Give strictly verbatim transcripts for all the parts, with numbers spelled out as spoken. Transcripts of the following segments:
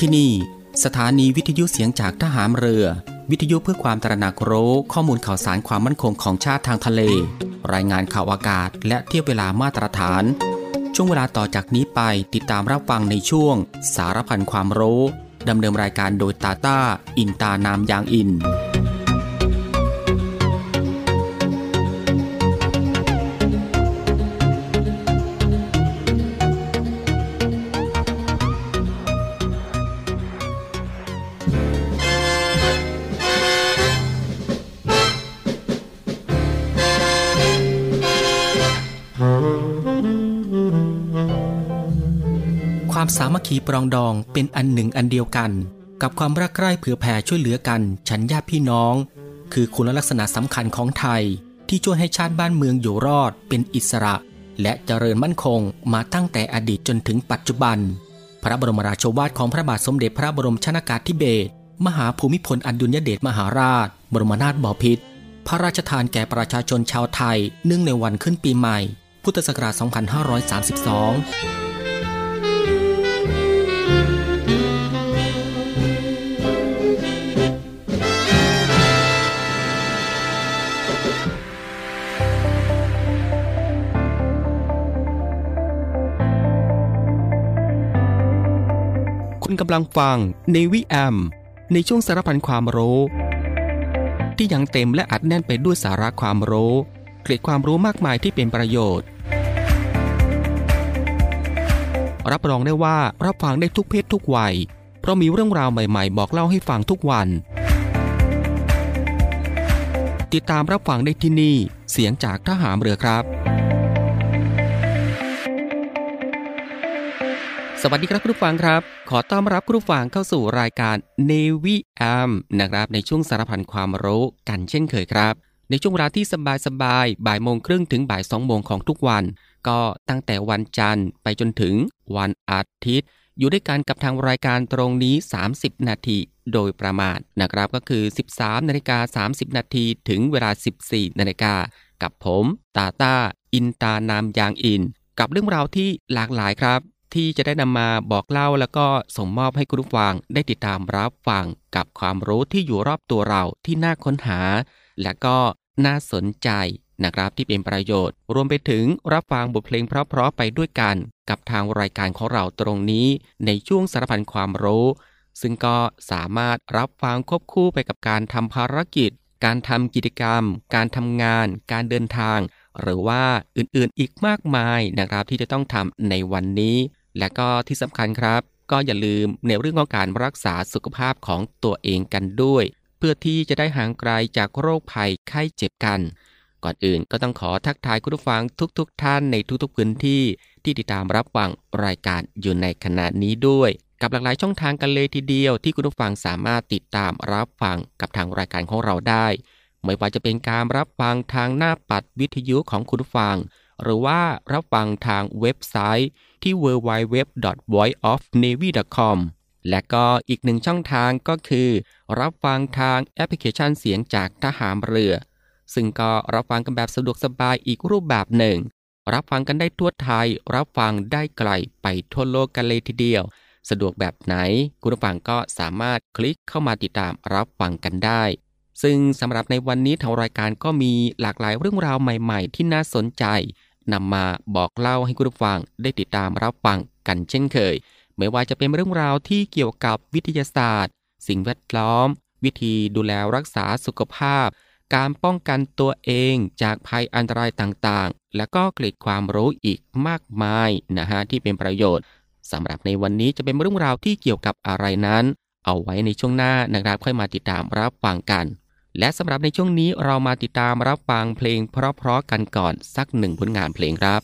ที่นี่สถานีวิทยุเสียงจากทหารเรือวิทยุเพื่อความตระหนักรู้ข้อมูลข่าวสารความมั่นคงของชาติทางทะเลรายงานข่าวอากาศและเทียบเวลามาตรฐานช่วงเวลาต่อจากนี้ไปติดตามรับฟังในช่วงสารพันความรู้ดำเนินรายการโดยตาต้าอินตานามยางอินความสามัคคีปรองดองเป็นอันหนึ่งอันเดียวกันกับความรักใคร่เผื่อแผ่ช่วยเหลือกันฉันญาติพี่น้องคือคุณลักษณะสำคัญของไทยที่ช่วยให้ชาติบ้านเมืองอยู่รอดเป็นอิสระและเจริญมั่นคงมาตั้งแต่อดีตจนถึงปัจจุบันพระบรมราโชวาทของพระบาทสมเด็จพระบรมชนกาธิเบศรมหาภูมิพลอดุลยเดชมหาราชบรมนาถบพิตรพระราชทานแก่ประชาชนชาวไทยเนื่องในวันขึ้นปีใหม่พุทธศักราชสองพันห้าร้อยสามสิบสองคุณกำลังฟัง Navy เอ เอ็ม ในช่วงสารพันความรู้ที่ยังเต็มและอัดแน่นไปด้วยสาระความรู้เกร็ดความรู้มากมายที่เป็นประโยชน์รับรองได้ว่ารับฟังได้ทุกเพศทุกวัยเพราะมีเรื่องราวใหม่ๆบอกเล่าให้ฟังทุกวันติดตามรับฟังได้ที่นี่เสียงจากทหารเรือครับสวัสดีครับคุณผู้ฟังครับขอต้อนรับคุณผู้ฟังเข้าสู่รายการ Navy เอ เอ็ม นะครับในช่วงสารพันความรู้กันเช่นเคยครับในช่วงเวลาที่สบายๆบ่ายโมงครึ่งถึงบ่ายสองโมงของทุกวันก็ตั้งแต่วันจันทร์ไปจนถึงวันอาทิตย์อยู่ด้วยกันกับทางรายการตรงนี้สามสิบนาทีโดยประมาณนะครับก็คือ สิบสามนาฬิกาสามสิบนาทีถึงเวลา สิบสี่นาฬิกากับผมตาต้าอินตานามยางอินกับเรื่องราวที่หลากหลายครับที่จะได้นำมาบอกเล่าแล้วก็ส่งมอบให้คุณผู้ฟังได้ติดตามรับฟังกับความรู้ที่อยู่รอบตัวเราที่น่าค้นหาและก็น่าสนใจนะครับที่เป็นประโยชน์รวมไปถึงรับฟังบทเพลงเพราะๆไปด้วยกันกับทางรายการของเราตรงนี้ในช่วงสารพันความรู้ซึ่งก็สามารถรับฟังควบคู่ไปกับการทำภารกิจการทำกิจกรรมการทำงานการเดินทางหรือว่าอื่นๆอีกมากมายนะครับที่จะต้องทำในวันนี้และก็ที่สำคัญครับก็อย่าลืมในเรื่องของการรักษาสุขภาพของตัวเองกันด้วยเพื่อที่จะได้ห่างไกลจากโรคภัยไข้เจ็บกันก่อนอื่นก็ต้องขอทักทายคุณผู้ฟังทุกๆ ท่านในทุกๆพื้นที่ที่ติดตามรับฟังรายการอยู่ในขณะนี้ด้วยกับหลากหลายช่องทางกันเลยทีเดียวที่คุณผู้ฟังสามารถติดตามรับฟังกับทางรายการของเราได้ไม่ว่าจะเป็นการรับฟังทางหน้าปัดวิทยุของคุณผู้ฟังหรือว่ารับฟังทางเว็บไซต์ที่ ดับเบิลยู ดับเบิลยู ดับเบิลยู ดอท วอยซ์ ออฟ เนวี่ ดอท คอม และก็อีกหนึ่งช่องทางก็คือรับฟังทางแอปพลิเคชันเสียงจากทหารเรือซึ่งก็รับฟังกันแบบสะดวกสบายอีกรูปแบบหนึ่งรับฟังกันได้ทั่วไทยรับฟังได้ไกลไปทั่วโลกกันเลยทีเดียวสะดวกแบบไหนคุณผู้ฟังก็สามารถคลิกเข้ามาติดตามรับฟังกันได้ซึ่งสำหรับในวันนี้ทางรายการก็มีหลากหลายเรื่องราวใหม่ๆที่น่าสนใจนำมาบอกเล่าให้คุณผู้ฟังได้ติดตามรับฟังกันเช่นเคยไม่ว่าจะเป็นเรื่องราวที่เกี่ยวกับวิทยาศาสตร์สิ่งแวดล้อมวิธีดูแลรักษาสุขภาพการป้องกันตัวเองจากภัยอันตรายต่างๆและก็เกร็ดความรู้อีกมากมายนะฮะที่เป็นประโยชน์สำหรับในวันนี้จะเป็นเรื่องราวที่เกี่ยวกับอะไรนั้นเอาไว้ในช่วงหน้านะครับค่อยมาติดตามรับฟังกันและสำหรับในช่วงนี้เรามาติดตามรับฟังเพลงเพราะๆกันก่อนสักหนึ่งผลงานเพลงครับ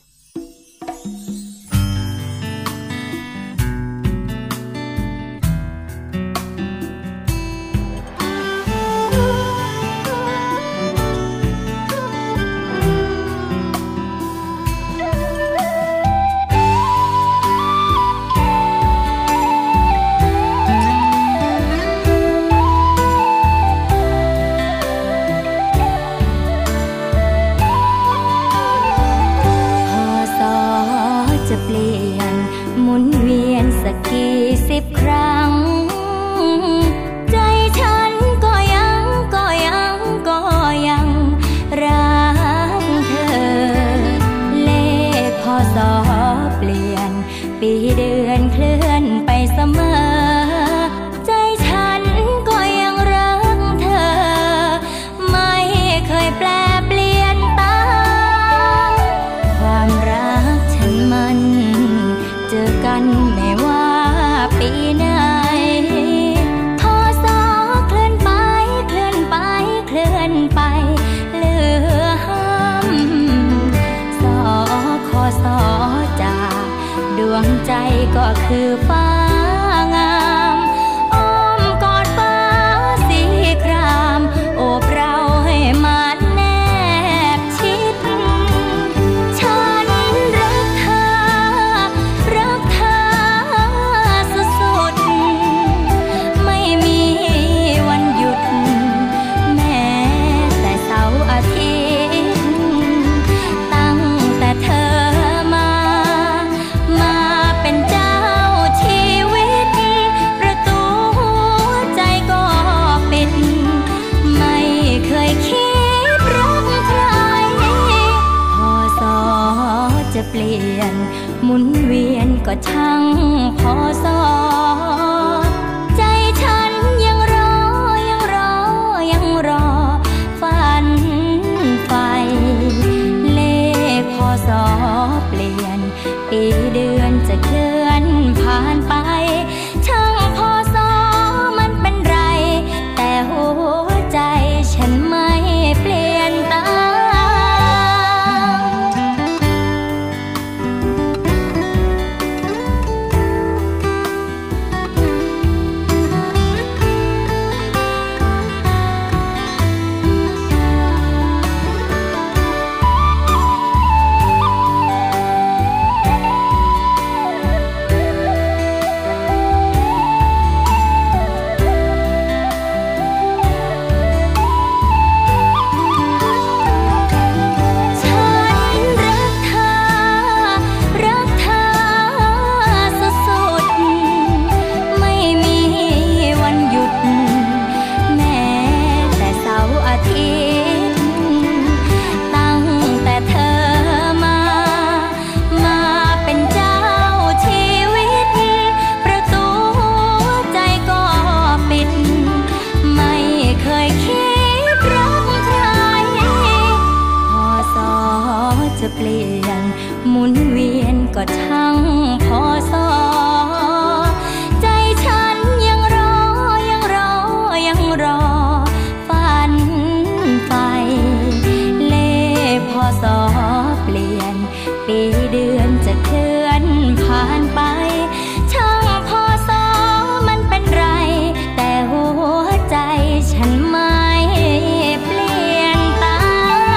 จะเปลี่ยนหมุนเวียนสักกี่สิบครั้งก็คือฟ้างามอ้อมกอดฟ้าสีครามโอบเราให้มาแนบชิดฉันรักเธอรักเธอสุดๆไม่มีวันหยุดแม้แต่เสาร์อาทิตย์ตั้งแต่เธอมามาเป็นเจ้าชีวิตประตูหัวใจก็ปิดไม่เคยคิดรักใครพอสอจะเปลี่ยนหมุนเวียนก็ช่างพอสอใจฉันยังรอยังรอยังรอฝันไฟเลขพอสอเปลี่ยนปีเดือนจะเคลื่อนผ่านไปช่างพอสอมันเป็นไรแต่หัวใจฉันไม่เปลี่ยนตามเปลี่ยนหมุนเวียนก็ช่างพอสอใจฉันยังรอยังรอยังรอฝันไฟเลขพอสอเปลี่ยนปีเดือนจะเคลื่อนผ่านไปช่างพอสอมันเป็นไรแต่หัวใจฉันไม่เปลี่ยนตาม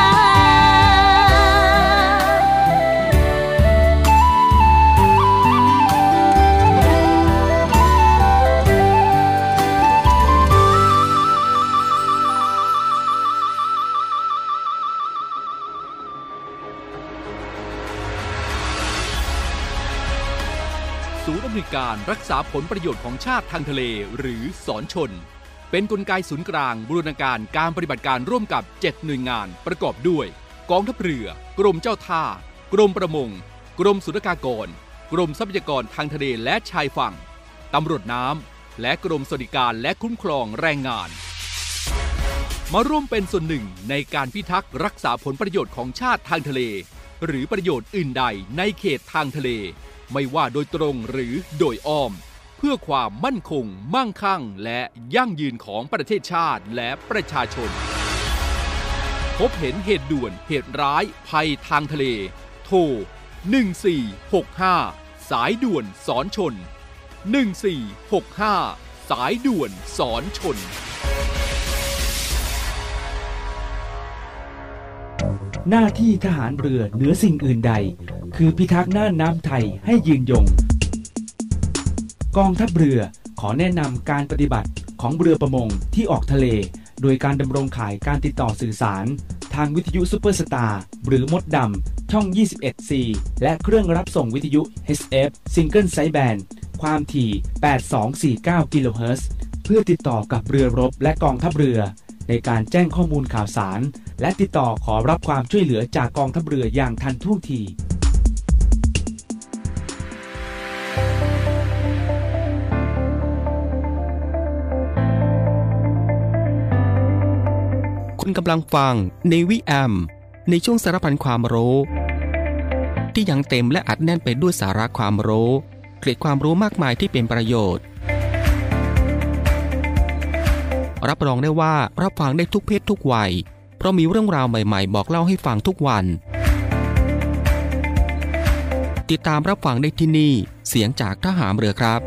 ศูนย์อำนวยการรักษาผลประโยชน์ของชาติทางทะเลหรือศรชนเป็นกลไกศูนย์กลางบูรณาการการปฏิบัติการร่วมกับเจ็ดหน่วยงานประกอบด้วยกองทัพเรือกรมเจ้าท่ากรมประมงกรมศุลกากรกรมทรัพยากรทางทะเลและชายฝั่งตำรวจน้ำและกรมสวัสดิการและคุ้มครองแรงงานมาร่วมเป็นส่วนหนึ่งในการพิทักษ์รักษาผลประโยชน์ของชาติทางทะเลหรือประโยชน์อื่นใดในเขตทางทะเลไม่ว่าโดยตรงหรือโดยอ้อมเพื่อความมั่นคงมั่งคั่งและยั่งยืนของประเทศชาติและประชาชนพบเห็นเหตุด่วนเหตุร้ายภัยทางทะเลโทรหนึ่งสี่หกห้าสายด่วนสอนชนหนึ่งสี่หกห้าสายด่วนสอนชนหน้าที่ทหารเรือเหนือสิ่งอื่นใดคือพิทักษ์น่านน้ำไทยให้ยืนยงกองทัพเรือขอแนะนำการปฏิบัติของเรือประมงที่ออกทะเลโดยการดำรงข่ายการติดต่อสื่อสารทางวิทยุซุปเปอร์สตาร์หรือมดดำช่อง ยี่สิบเอ็ดซี และเครื่องรับส่งวิทยุ เอช เอฟ Single Sideband ความถี่ แปดสองสี่เก้า กิโลเฮิรตซ์เพื่อติดต่อกับเรือรบและกองทัพเรือในการแจ้งข้อมูลข่าวสารและติดต่อขอรับความช่วยเหลือจากกองทัพเรืออย่างทันท่วงทีคุณกำลังฟัง Navy เอ็ม ในช่วงสารพันความรู้ที่ยังเต็มและอัดแน่นไปด้วยสาระความรู้เกร็ดความรู้มากมายที่เป็นประโยชน์รับรองได้ว่ารับฟังได้ทุกเพศทุกวัยเพราะมีเรื่องราวใหม่ๆบอกเล่าให้ฟังทุกวันติดตามรับฟังได้ที่นี่เสียงจากทหารเรือครับ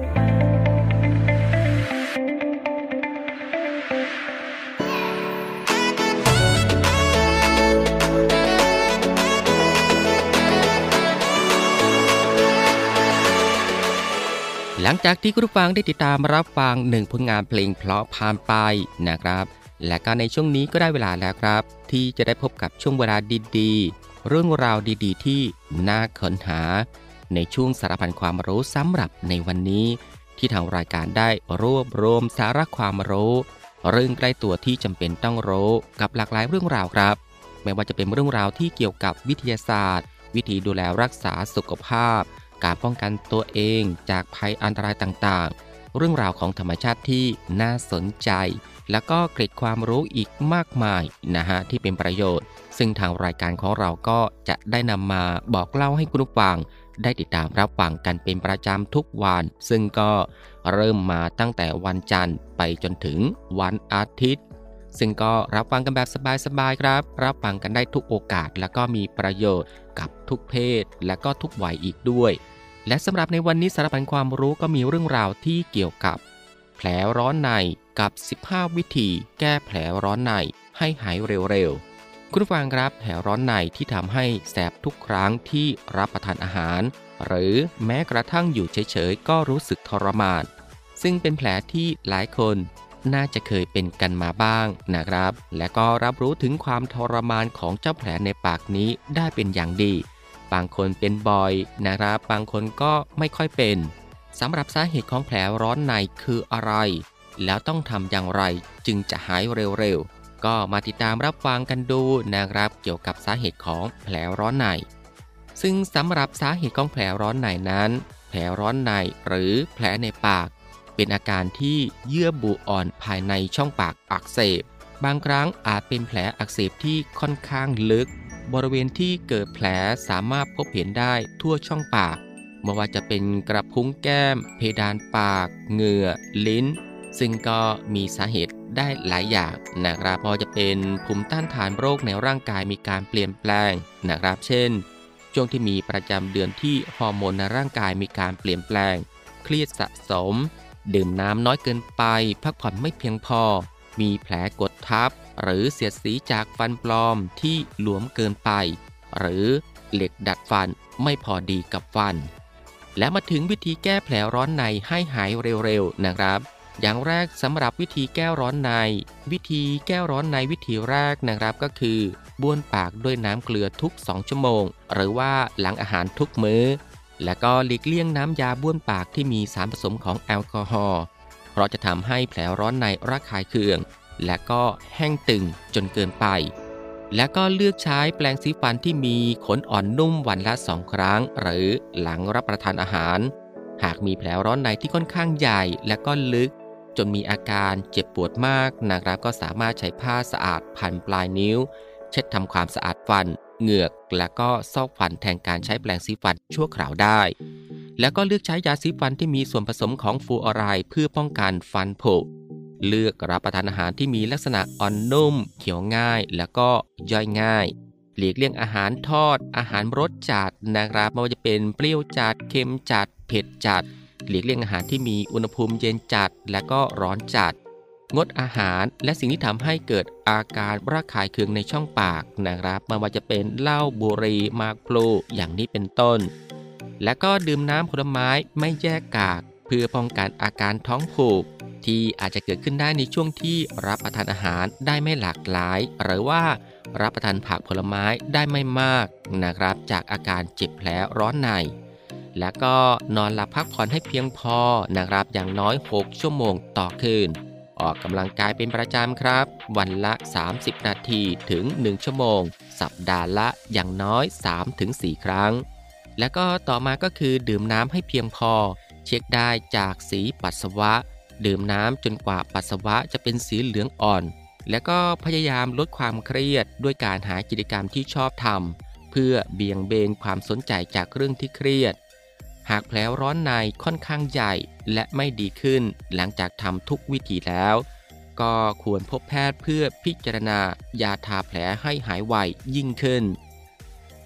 หลังจากที่คุณผู้ฟังได้ติดตามรับฟังหนึ่งผลงานเพลงเพราะผ่านไปนะครับและก็ในช่วงนี้ก็ได้เวลาแล้วครับที่จะได้พบกับช่วงเวลาดีๆเรื่องราวดีๆที่น่าค้นหาในช่วงสารพันความรู้สำหรับในวันนี้ที่ทางรายการได้รวบรวมสาระความรู้เรื่องใกล้ตัวที่จำเป็นต้องรู้กับหลากหลายเรื่องราวครับไม่ว่าจะเป็นเรื่องราวที่เกี่ยวกับวิทยาศาสตร์วิธีดูแลรักษาสุขภาพการป้องกันตัวเองจากภัยอันตรายต่างๆเรื่องราวของธรรมชาติที่น่าสนใจแล้วก็เกร็ดความรู้อีกมากมายนะฮะที่เป็นประโยชน์ซึ่งทางรายการของเราก็จะได้นำมาบอกเล่าให้คุณผู้ฟังได้ติดตามรับฟังกันเป็นประจำทุกวันซึ่งก็เริ่มมาตั้งแต่วันจันทร์ไปจนถึงวันอาทิตย์ซึ่งก็รับฟังกันแบบสบายๆครับรับฟังกันได้ทุกโอกาสแล้วก็มีประโยชน์กับทุกเพศและก็ทุกวัยอีกด้วยและสำหรับในวันนี้สารพันความรู้ก็มีเรื่องราวที่เกี่ยวกับแผลร้อนในกับสิบห้าวิธีแก้แผลร้อนในให้หายเร็วๆคุณผู้ฟังครับแผลร้อนในที่ทำให้แสบทุกครั้งที่รับประทานอาหารหรือแม้กระทั่งอยู่เฉยๆก็รู้สึกทรมานซึ่งเป็นแผลที่หลายคนน่าจะเคยเป็นกันมาบ้างนะครับและก็รับรู้ถึงความทรมานของเจ้าแผลในปากนี้ได้เป็นอย่างดีบางคนเป็นบ่อยนะครับบางคนก็ไม่ค่อยเป็นสำหรับสาเหตุของแผลร้อนในคืออะไรแล้วต้องทำอย่างไรจึงจะหายเร็วๆก็มาติดตามรับฟังกันดูนะครับเกี่ยวกับสาเหตุของแผลร้อนในซึ่งสำหรับสาเหตุของแผลร้อนในนั้นแผลร้อนในหรือแผลในปากเป็นอาการที่เยื่อบุอ่อนภายในช่องปากอักเสบบางครั้งอาจเป็นแผลอักเสบที่ค่อนข้างลึกบริเวณที่เกิดแผลสามารถพบเห็นได้ทั่วช่องปากไม่ว่าจะเป็นกระพุ้งแก้มเพดานปากเหงื่อลิ้นซึ่งก็มีสาเหตุได้หลายอย่างนะครับพอจะเป็นภูมิต้านทานโรคในร่างกายมีการเปลี่ยนแปลงนะครับเช่นช่วงที่มีประจำเดือนที่ฮอร์โมนในร่างกายมีการเปลี่ยนแปลงเครียดสะสมดื่มน้ำน้อยเกินไปพักผ่อนไม่เพียงพอมีแผลกดทับหรือเสียดสีจากฟันปลอมที่หลวมเกินไปหรือเหล็กดัดฟันไม่พอดีกับฟันและมาถึงวิธีแก้แผลร้อนในให้หายเร็วๆนะครับอย่างแรกสำหรับวิธีแก้ร้อนในวิธีแก้ร้อนในวิธีแรกนะครับก็คือบ้วนปากด้วยน้ำเกลือทุกสองชั่วโมงหรือว่าหลังอาหารทุกมื้อและก็หลีกเลี่ยงน้ำยาบ้วนปากที่มีสารผสมของแอลกอฮอล์เพราะจะทำให้แผลร้อนในระคายเคืองและก็แห้งตึงจนเกินไปและก็เลือกใช้แปรงสีฟันที่มีขนอ่อนนุ่มวันละสองครั้งหรือหลังรับประทานอาหารหากมีแผลร้อนในที่ค่อนข้างใหญ่และก็ลึกจนมีอาการเจ็บปวดมากนะครับก็สามารถใช้ผ้าสะอาดพันปลายนิ้วเช็ดทำความสะอาดฟันเหงือกและก็ซอกฟันแทนการใช้แปรงสีฟันชั่วคราวได้แล้วก็เลือกใช้ยาสีฟันที่มีส่วนผสมของฟลูออไรด์เพื่อป้องกันฟันผุเลือกรับประทานอาหารที่มีลักษณะอ่อนนุ่มเคี้ยวง่ายแล้วก็ย่อยง่ายหลีกเลี่ยงอาหารทอดอาหารรสจัดนะครับไม่ว่าจะเป็นเปรี้ยวจัดเค็มจัดเผ็ดจัดหลีกเลี่ยงอาหารที่มีอุณหภูมิเย็นจัดและก็ร้อนจัดงดอาหารและสิ่งที่ทำให้เกิดอาการระคายเคืองในช่องปากนะครับไม่ว่าจะเป็นเหล้าบุหรี่หมากพลูอย่างนี้เป็นต้นและก็ดื่มน้ำผลไม้ไม่แยกกากเพื่อป้องกันอาการท้องผูกที่อาจจะเกิดขึ้นได้ในช่วงที่รับประทานอาหารได้ไม่หลากหลายหรือว่ารับประทานผักผลไม้ได้ไม่มากนะครับจากอาการเจ็บแผลร้อนในและก็นอนหลับพักผ่อนให้เพียงพอนะครับอย่างน้อยหกชั่วโมงต่อคืนออกกำลังกายเป็นประจำครับวันละสามสิบนาทีถึงหนึ่งชั่วโมงสัปดาห์ละอย่างน้อย สามถึงสี่ ครั้งและก็ต่อมาก็คือดื่มน้ำให้เพียงพอเช็คได้จากสีปัสสาวะดื่มน้ำจนกว่าปัสสาวะจะเป็นสีเหลืองอ่อนและก็พยายามลดความเครียดด้วยการหากิจกรรมที่ชอบทำเพื่อเบี่ยงเบนความสนใจจากเรื่องที่เครียดหากแผลร้อนในค่อนข้างใหญ่และไม่ดีขึ้นหลังจากทำทุกวิธีแล้วก็ควรพบแพทย์เพื่อพิจารณายาทาแผลให้หายไวยิ่งขึ้น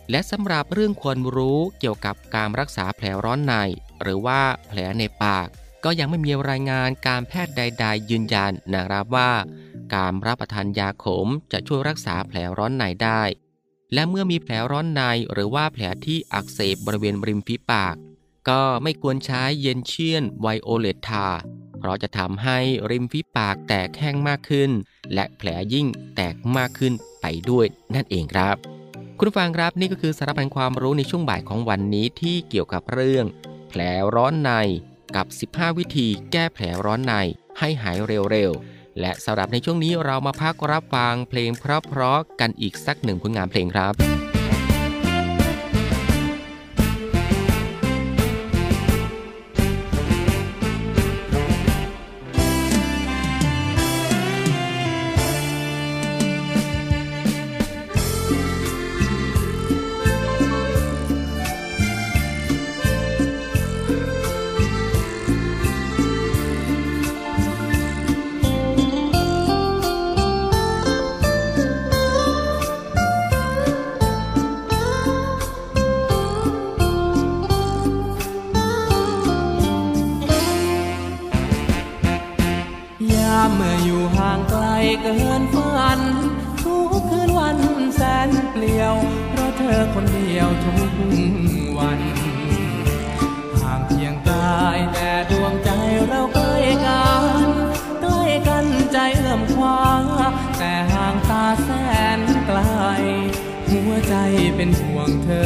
และสำหรับเรื่องควรรู้เกี่ยวกับการรักษาแผลร้อนในหรือว่าแผลในปากก็ยังไม่มีรายงานการแพทย์ใดๆยืนยันนะครับว่าการรับประทานยาขมจะช่วยรักษาแผลร้อนในได้และเมื่อมีแผลร้อนในหรือว่าแผลที่อักเสบบริเวณริมฝีปากก็ไม่ควรใช้เย็นเชียนไวโอเลตทาเพราะจะทำให้ริมฝีปากแตกแห้งมากขึ้นและแผลยิ่งแตกมากขึ้นไปด้วยนั่นเองครับคุณผู้ฟังครับนี่ก็คือสาระความรู้ในช่วงบ่ายของวันนี้ที่เกี่ยวกับเรื่องแผลร้อนในกับสิบห้าวิธีแก้แผลร้อนในให้หายเร็วๆและสำหรับในช่วงนี้เรามาพักรับฟังเพลงเพราะๆกันอีกสักหนึ่งผลงานเพลงครับเมื่ออยู่ห่างไกลเกินฝันทุกคืนวันแสนเปลี่ยวเพราะเธอคนเดียวทุกวันห่างเพียงกายแต่ดวงใจเราใกล้กันใกล้กันใจเอื้อมคว้าแต่ห่างตาแสนไกลหัวใจเป็นห่วงเธ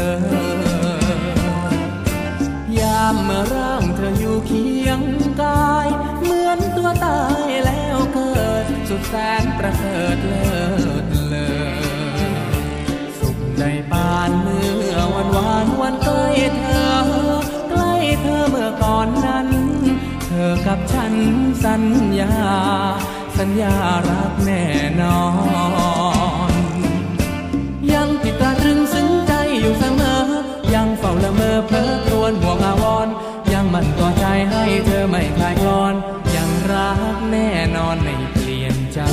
อยามเมื่อร่างเธออยู่เคียงกายเหมือนตัวตายแล้วเกิดสุดแสนประเสริฐเลิศเลอสุขได้ปานเมื่อวันวานวันใกล้เธอใกล้เธอเมื่อก่อนนั้นเธอกับฉันสัญญาสัญญารักแน่นอนยังติดตราตรึงซึ้งใจอยู่เสมอยังเฝ้าละเมอเพ้อครวญห่วงอาวรณ์ยังมั่นต่อใจให้เธอไม่คลายคลอนยังรักแน่นอนไม่เปลี่ยนใจ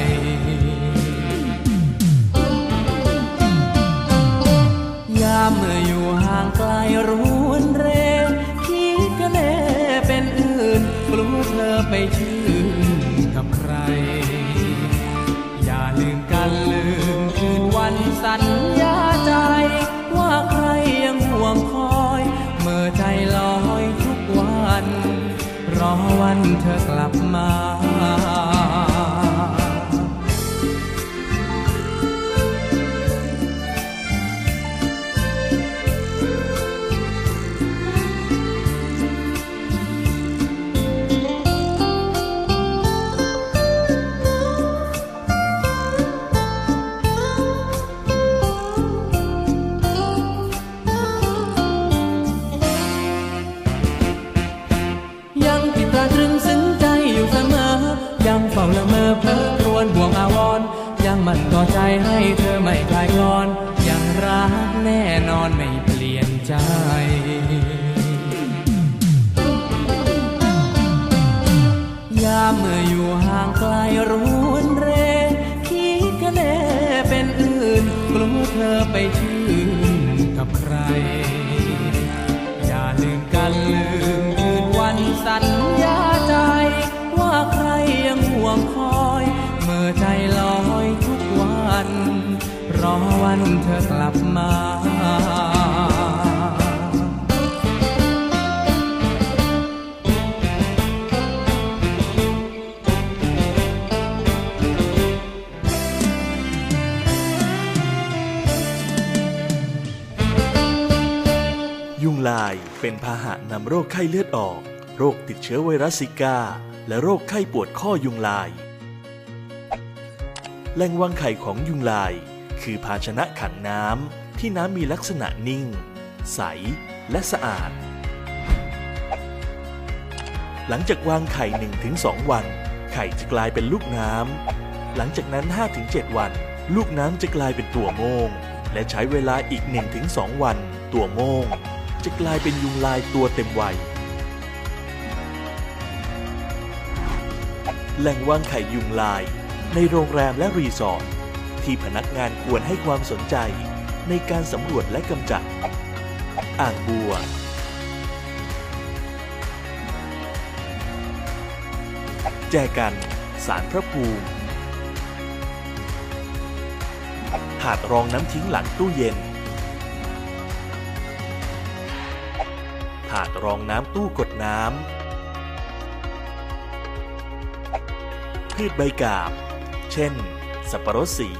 ยามเมื่ออยู่ห่างไกลรู้วันเรคิดกันแน่เป็นอื่นกลัวเธอไปชื่นกับใครอย่าลืมกันลืมคืนวันสัญญาใจว่าใครยังห่วงคอยเมื่อใจลอยทุกวันรอวันเธอกลับมายังเฝ้าละเมอเพ้อครวญห่วงอาวรณ์ยังมั่นต่อใจให้เธอไม่คลายคลอนยังรักแน่นอนไม่เปลี่ยนใจยามเมื่ออยู่ห่างไกลรู้วันเรคิดกันแน่เป็นอื่นกลัวเธอไปชื่นกับใครอย่าลืมกันลืมคืนวันสัญญาใจว่าใครยังห่วงคอยเมื่อใจลอยทุกวันรอวันเธอกลับมายุงลายเป็นพาหะนำโรคไข้เลือดออกโรคติดเชื้อไวรัสซิก้าและโรคไข้ปวดข้อยุงลายแหล่งวางไข่ของยุงลายคือภาชนะขังน้ำที่น้ำมีลักษณะนิ่งใสและสะอาดหลังจากวางไข่ หนึ่งถึงสอง วันไข่จะกลายเป็นลูกน้ำหลังจากนั้น ห้าถึงเจ็ด วันลูกน้ำจะกลายเป็นตัวโม่งและใช้เวลาอีก หนึ่งถึงสอง วันตัวโม่งจะกลายเป็นยุงลายตัวเต็มวัยแหล่งวางไข่ยุงลายในโรงแรมและรีสอร์ทที่พนักงานควรให้ความสนใจในการสำรวจและกำจัดอ่างบัวแจกันศาลพระภูมิถาดรองน้ำทิ้งหลังตู้เย็นถาดรองน้ำตู้กดน้ำพืชใบกาบเช่นสับปะรดสี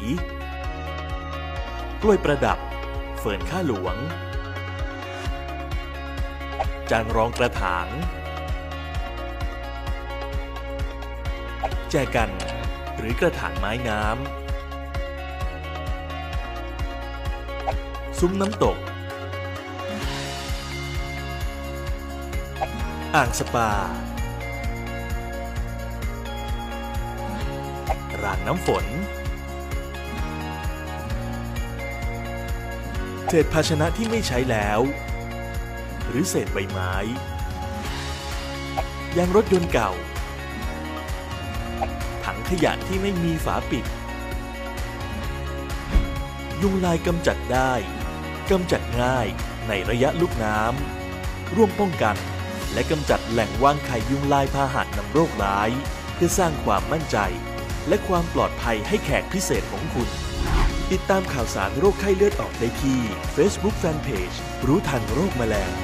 กล้วยประดับเฟิร์นข้าหลวงจานรองกระถางแจกันหรือกระถางไม้น้ำซุ้มน้ำตกอ่างสปารางน้ำฝนเศษภาชนะที่ไม่ใช้แล้วหรือเศษใบไม้ยางรถยนต์เก่าถังขยะที่ไม่มีฝาปิดยุงลายกำจัดได้กำจัดง่ายในระยะลูกน้ำร่วมป้องกันและกำจัดแหล่งวางไข่ยุงลายพาหะนำโรคร้ายเพื่อสร้างความมั่นใจและความปลอดภัยให้แขกพิเศษของคุณติดตามข่าวสารโรคไข้เลือดออกได้ที่ Facebook Fanpage รู้ทันโรคแมลง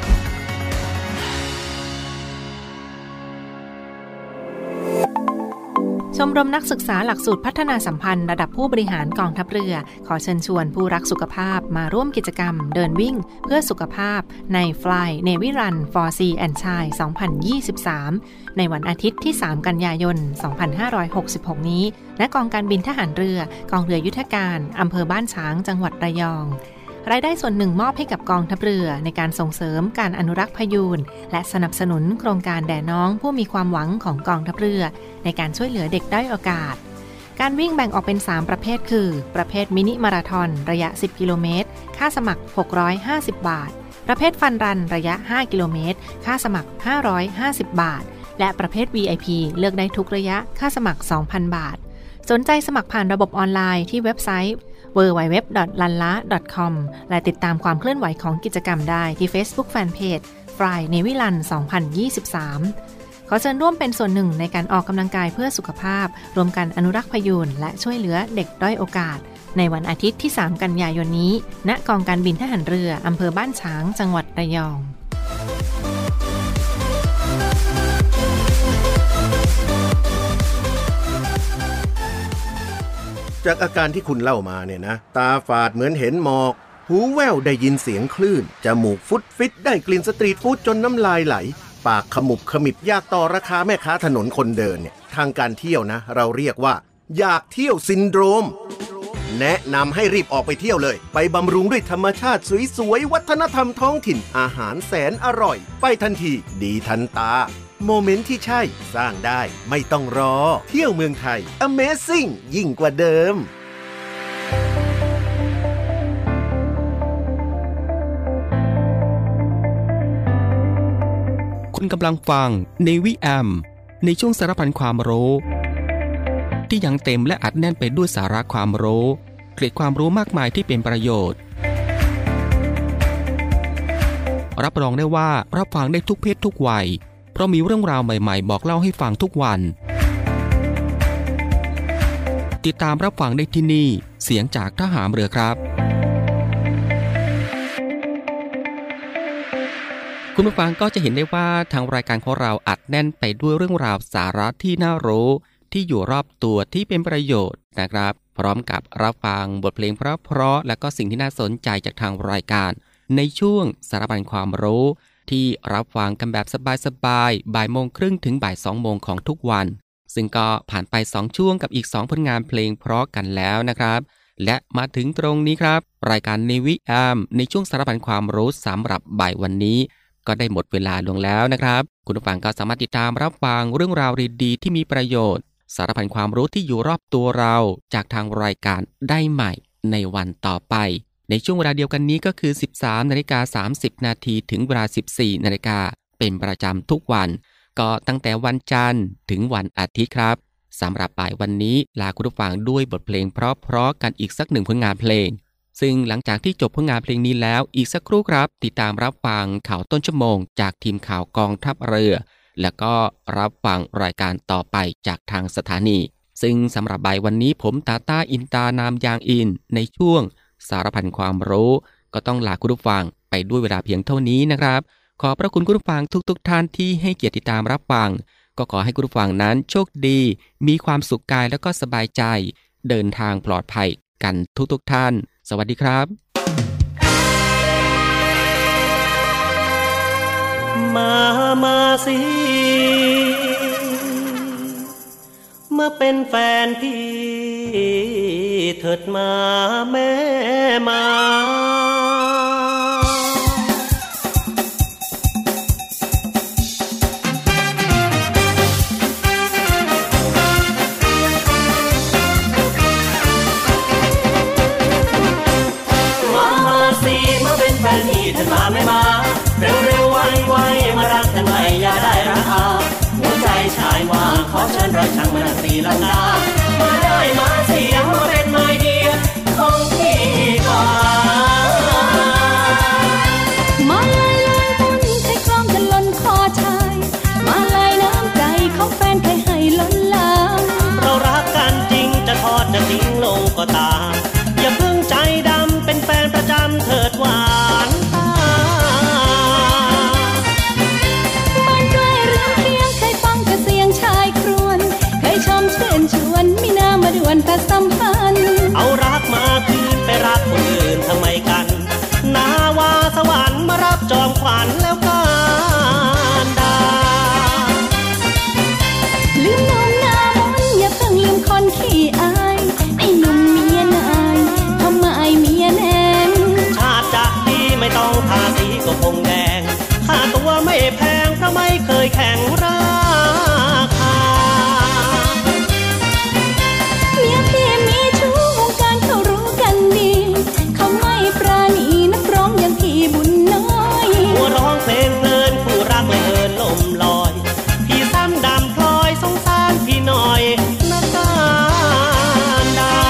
ชมรมนักศึกษาหลักสูตรพัฒนาสัมพันธ์ระดับผู้บริหารกองทัพเรือขอเชิญชวนผู้รักสุขภาพมาร่วมกิจกรรมเดินวิ่งเพื่อสุขภาพใน Fly Navy Run for Sea and Sky สองพันยี่สิบสาม ในวันอาทิตย์ที่ สาม กันยายน สองพันห้าร้อยหกสิบหก นี้ณกองการบินทหารเรือกองเรือยุทธการอำเภอบ้านฉางจังหวัดระยองรายได้ส่วนหนึ่งมอบให้กับกองทัพเรือในการส่งเสริมการอนุรักษ์พยูนและสนับสนุนโครงการแด่น้องผู้มีความหวังของกองทัพเรือในการช่วยเหลือเด็กด้อยโอกาสการวิ่งแบ่งออกเป็นสามประเภทคือประเภทมินิมาราธอนระยะสิบกิโลเมตรค่าสมัครหกร้อยห้าสิบบาทประเภทฟันรันระยะห้ากิโลเมตรค่าสมัครห้าร้อยห้าสิบบาทและประเภท วี ไอ พี เลือกได้ทุกระยะค่าสมัคร สองพัน บาทสนใจสมัครผ่านระบบออนไลน์ที่เว็บไซต์ ดับเบิลยู ดับเบิลยู ดับเบิลยู ดอท ลันลา ดอท คอม และติดตามความเคลื่อนไหวของกิจกรรมได้ที่ Facebook Fanpage Fly Navy Run สองพันยี่สิบสาม ขอเชิญร่วมเป็นส่วนหนึ่งในการออกกำลังกายเพื่อสุขภาพรวมกันอนุรักษ์พยูนและช่วยเหลือเด็กด้อยโอกาสในวันอาทิตย์ที่ สาม กันยายนนี้ณกองการบินทหารเรืออำเภอบ้านฉางจังหวัดระยองจากอาการที่คุณเล่ามาเนี่ยนะตาฝาดเหมือนเห็นหมอกหูแว่วได้ยินเสียงคลื่นจมูกฟุดฟิตได้กลิ่นสตรีทฟู้ดจนน้ำลายไหลปากขมุบขมิบอยากต่อราคาแม่ค้าถนนคนเดินเนี่ยทางการเที่ยวนะเราเรียกว่าอยากเที่ยวซินโดรมแนะนำให้รีบออกไปเที่ยวเลยไปบำรุงด้วยธรรมชาติสวยๆวัฒนธรรมท้องถิ่นอาหารแสนอร่อยไปทันทีดีทันตาโมเมนต์ที่ใช่สร้างได้ไม่ต้องรอเที่ยวเมืองไทย Amazing ยิ่งกว่าเดิมคุณกำลังฟัง Navy เอ เอ็ม ในช่วงสารพันความรู้ที่ยังเต็มและอัดแน่นไปด้วยสาระความรู้เกร็ดความรู้มากมายที่เป็นประโยชน์รับรองได้ว่ารับฟังได้ทุกเพศทุกวัยเพราะมีเรื่องราวใหม่ๆบอกเล่าให้ฟังทุกวันติดตามรับฟังได้ที่นี่เสียงจากทหารเรือครับคุณผู้ฟังก็จะเห็นได้ว่าทางรายการของเราอัดแน่นไปด้วยเรื่องราวสาระที่น่ารู้ที่อยู่รอบตัวที่เป็นประโยชน์นะครับพร้อมกับรับฟังบทเพลงเพราะๆและก็สิ่งที่น่าสนใจจากทางรายการในช่วงสารพันความรู้ที่รับฟังกันแบบสบายๆบ่ายโมงครึ่งถึงบ่ายสองโมงของทุกวันซึ่งก็ผ่านไปสองช่วงกับอีกสองผลงานเพลงเพราะกันแล้วนะครับและมาถึงตรงนี้ครับรายการ Navy เอ เอ็ม ในช่วงสารพันความรู้สำหรับบ่ายวันนี้ก็ได้หมดเวลาลงแล้วนะครับคุณผู้ฟังก็สามารถติดตามรับฟังเรื่องราวดีๆที่มีประโยชน์สารพันความรู้ที่อยู่รอบตัวเราจากทางรายการได้ใหม่ในวันต่อไปในช่วงเวลาเดียวกันนี้ก็คือ สิบสามนาฬิกาสามสิบนาทีถึงเวลา สิบสี่นาฬิกาเป็นประจำทุกวันก็ตั้งแต่วันจันทร์ถึงวันอาทิตย์ครับสำหรับบ่ายวันนี้ลาคุณผู้ฟังด้วยบทเพลงเพราะๆกันอีกสักหนึ่งผลงานเพลงซึ่งหลังจากที่จบผลงานเพลงนี้แล้วอีกสักครู่ครับติดตามรับฟังข่าวต้นชั่วโมงจากทีมข่าวกองทัพเรือแล้วก็รับฟังรายการต่อไปจากทางสถานีซึ่งสำหรับบ่ายวันนี้ผมตาต้าอินตานามยางอินในช่วงสารพันความรู้ก็ต้องลาคุณผู้ฟังไปด้วยเวลาเพียงเท่านี้นะครับขอพระคุณคุณผู้ฟังทุกๆท่านที่ให้เกียรติติดตามรับฟังก็ขอให้คุณผู้ฟังนั้นโชคดีมีความสุขกายแล้วก็สบายใจเดินทางปลอดภัยกันทุกๆท่านสวัสดีครับมามาสิมาเป็นแฟนพี่เถิดมาแม่มามาไม่มาเร็วเร็วไวไวมารักกันใหม่อย่าได้รักอาหัวใจชายว่าขอเชิญเราช่างมาสีลังกามาได้มาเสียงมาเป็นไม้เดียของพี่ก่อนมาเลยเลยบุญใครคล้องกันล้นคอชายมาเลยน้ำใจของแฟนใครให้ล้นหลามเรารักกันจริงจะทอดจะทิ้งลงก็ตามอย่าเพิ่งใจดำเป็นแฟนประจำเถิดหวานชวนมีน้ำมาด่วนแต่สัมพันธ์เอารักมาคืนไปรักคนอื่นทำไมกันนาวาสวรรค์มารับจอมขวัญแล้วกันดาลืมนมหน้ามนอย่าเพิ่งลืมคนขี้อายไอ้หนุ่มเมียนายทำไมเมียแนงชาติจะดีไม่ต้องทาสีก็คงแดงค่าตัวไม่แพงเพราะไม่เคยแข่งราคาบุญน้อยหัวร้องเพลงเพลินผู้รักเลยเอินลมลอยพี่ซ้ำดำพลอยสงสารพี่หน่อยนักการดา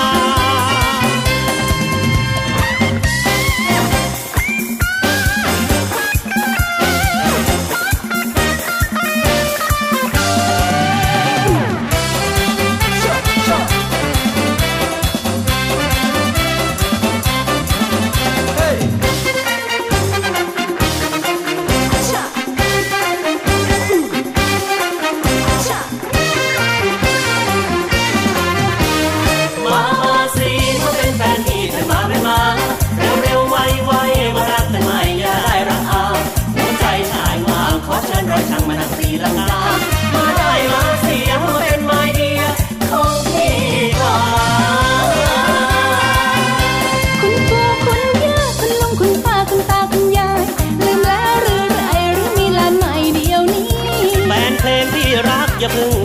อย่าเพิ่ง